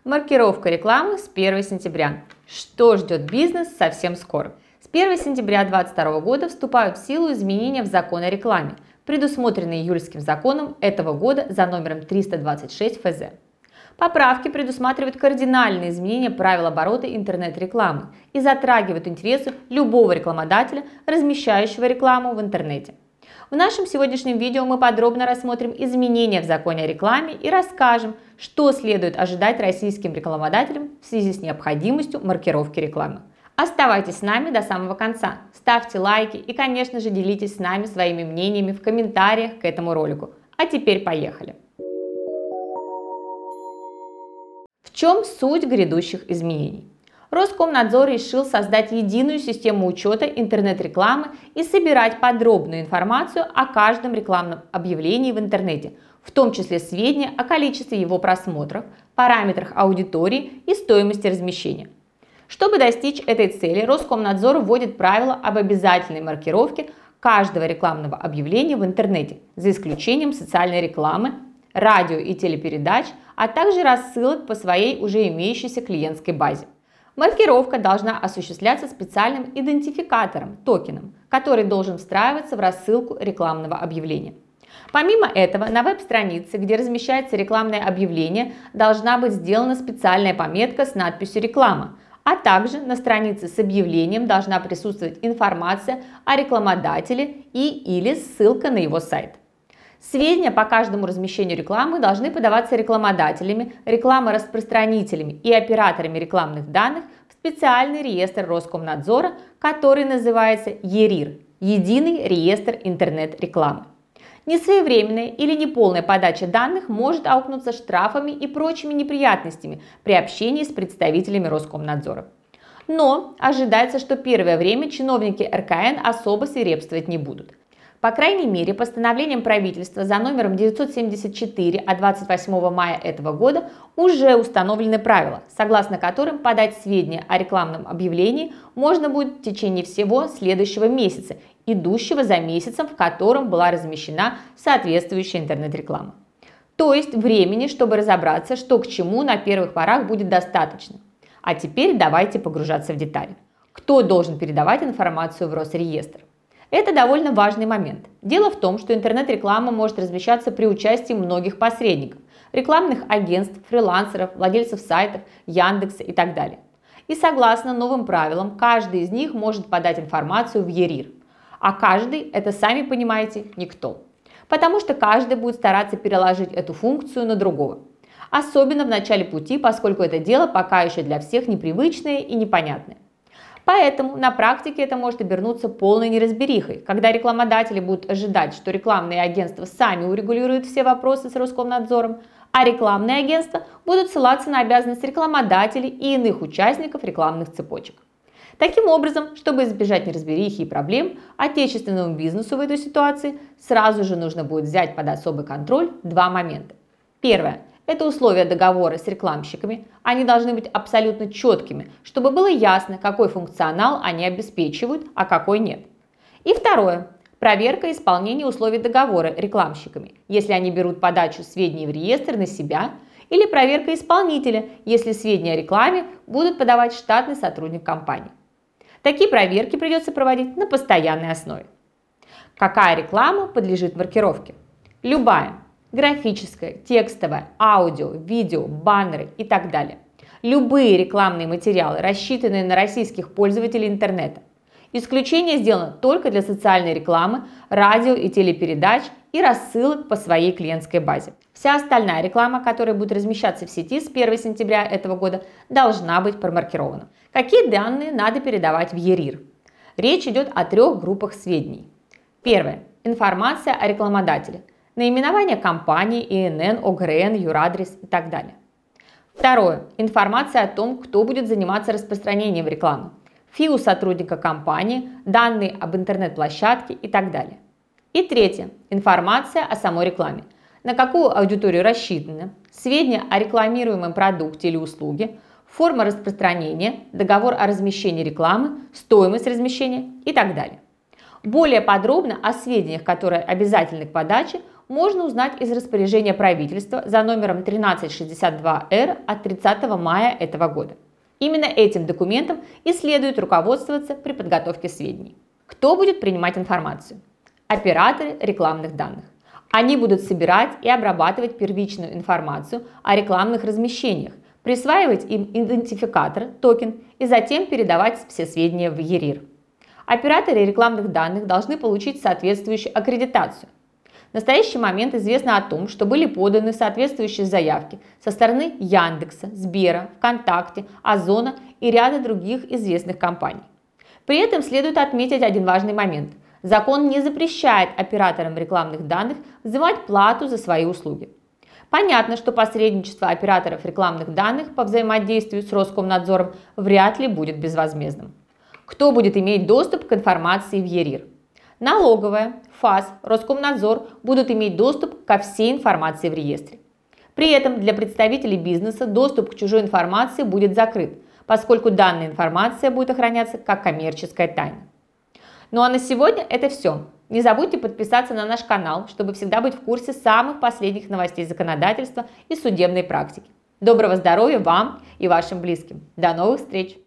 Маркировка рекламы с 1 сентября. Что ждет бизнес совсем скоро? С 1 сентября 2022 года вступают в силу изменения в закон о рекламе, предусмотренные июльским законом этого года за номером 326 ФЗ. Поправки предусматривают кардинальные изменения правил оборота интернет-рекламы и затрагивают интересы любого рекламодателя, размещающего рекламу в интернете. В нашем сегодняшнем видео мы подробно рассмотрим изменения в законе о рекламе и расскажем, что следует ожидать российским рекламодателям в связи с необходимостью маркировки рекламы. Оставайтесь с нами до самого конца, ставьте лайки и, конечно же, делитесь с нами своими мнениями в комментариях к этому ролику. А теперь поехали! В чем суть грядущих изменений? Роскомнадзор решил создать единую систему учета интернет-рекламы и собирать подробную информацию о каждом рекламном объявлении в интернете, в том числе сведения о количестве его просмотров, параметрах аудитории и стоимости размещения. Чтобы достичь этой цели, Роскомнадзор вводит правила об обязательной маркировке каждого рекламного объявления в интернете, за исключением социальной рекламы, радио и телепередач, а также рассылок по своей уже имеющейся клиентской базе. Маркировка должна осуществляться специальным идентификатором, токеном, который должен встраиваться в рассылку рекламного объявления. Помимо этого, на веб-странице, где размещается рекламное объявление, должна быть сделана специальная пометка с надписью «Реклама», а также на странице с объявлением должна присутствовать информация о рекламодателе или ссылка на его сайт. Сведения по каждому размещению рекламы должны подаваться рекламодателями, рекламораспространителями и операторами рекламных данных в специальный реестр Роскомнадзора, который называется ЕРИР – Единый реестр интернет-рекламы. Несвоевременная или неполная подача данных может аукнуться штрафами и прочими неприятностями при общении с представителями Роскомнадзора. Но ожидается, что первое время чиновники РКН особо свирепствовать не будут. По крайней мере, постановлением правительства за номером 974 от 28 мая этого года уже установлены правила, согласно которым подать сведения о рекламном объявлении можно будет в течение всего следующего месяца, идущего за месяцем, в котором была размещена соответствующая интернет-реклама. То есть времени, чтобы разобраться, что к чему, на первых порах будет достаточно. А теперь давайте погружаться в детали. Кто должен передавать информацию в Росреестр? Это довольно важный момент. Дело в том, что интернет-реклама может размещаться при участии многих посредников, рекламных агентств, фрилансеров, владельцев сайтов, Яндекса и так далее. И согласно новым правилам, каждый из них может подать информацию в ЕРИР. А каждый – это, сами понимаете, никто. Потому что каждый будет стараться переложить эту функцию на другого. Особенно в начале пути, поскольку это дело пока еще для всех непривычное и непонятное. Поэтому на практике это может обернуться полной неразберихой, когда рекламодатели будут ожидать, что рекламные агентства сами урегулируют все вопросы с Роскомнадзором, а рекламные агентства будут ссылаться на обязанности рекламодателей и иных участников рекламных цепочек. Таким образом, чтобы избежать неразберихи и проблем, отечественному бизнесу в этой ситуации сразу же нужно будет взять под особый контроль два момента. Первое. Это условия договора с рекламщиками. Они должны быть абсолютно четкими, чтобы было ясно, какой функционал они обеспечивают, а какой нет. И второе. Проверка исполнения условий договора рекламщиками, если они берут подачу сведений в реестр на себя, или проверка исполнителя, если сведения о рекламе будут подавать штатный сотрудник компании. Такие проверки придется проводить на постоянной основе. Какая реклама подлежит маркировке? Любая. Графическое, текстовое, аудио, видео, баннеры и так далее. Любые рекламные материалы, рассчитанные на российских пользователей интернета. Исключение сделано только для социальной рекламы, радио и телепередач и рассылок по своей клиентской базе. Вся остальная реклама, которая будет размещаться в сети с 1 сентября этого года, должна быть промаркирована. Какие данные надо передавать в ЕРИР? Речь идет о трех группах сведений. Первое. Информация о рекламодателе. Наименование компании, ИНН, ОГРН, юрадрес и так далее. Второе. Информация о том, кто будет заниматься распространением рекламы. ФИУ сотрудника компании, данные об интернет-площадке и так далее. И третье. Информация о самой рекламе. На какую аудиторию рассчитана, сведения о рекламируемом продукте или услуге, форма распространения, договор о размещении рекламы, стоимость размещения и так далее. Более подробно о сведениях, которые обязательны к подаче, можно узнать из распоряжения правительства за номером 1362-Р от 30 мая этого года. Именно этим документом и следует руководствоваться при подготовке сведений. Кто будет принимать информацию? Операторы рекламных данных. Они будут собирать и обрабатывать первичную информацию о рекламных размещениях, присваивать им идентификатор, токен и затем передавать все сведения в ЕРИР. Операторы рекламных данных должны получить соответствующую аккредитацию. В настоящий момент известно о том, что были поданы соответствующие заявки со стороны Яндекса, Сбера, ВКонтакте, Озона и ряда других известных компаний. При этом следует отметить один важный момент. Закон не запрещает операторам рекламных данных взимать плату за свои услуги. Понятно, что посредничество операторов рекламных данных по взаимодействию с Роскомнадзором вряд ли будет безвозмездным. Кто будет иметь доступ к информации в ЕРИР? Налоговая, ФАС, Роскомнадзор будут иметь доступ ко всей информации в реестре. При этом для представителей бизнеса доступ к чужой информации будет закрыт, поскольку данная информация будет охраняться как коммерческая тайна. Ну а на сегодня это все. Не забудьте подписаться на наш канал, чтобы всегда быть в курсе самых последних новостей законодательства и судебной практики. Доброго здоровья вам и вашим близким. До новых встреч!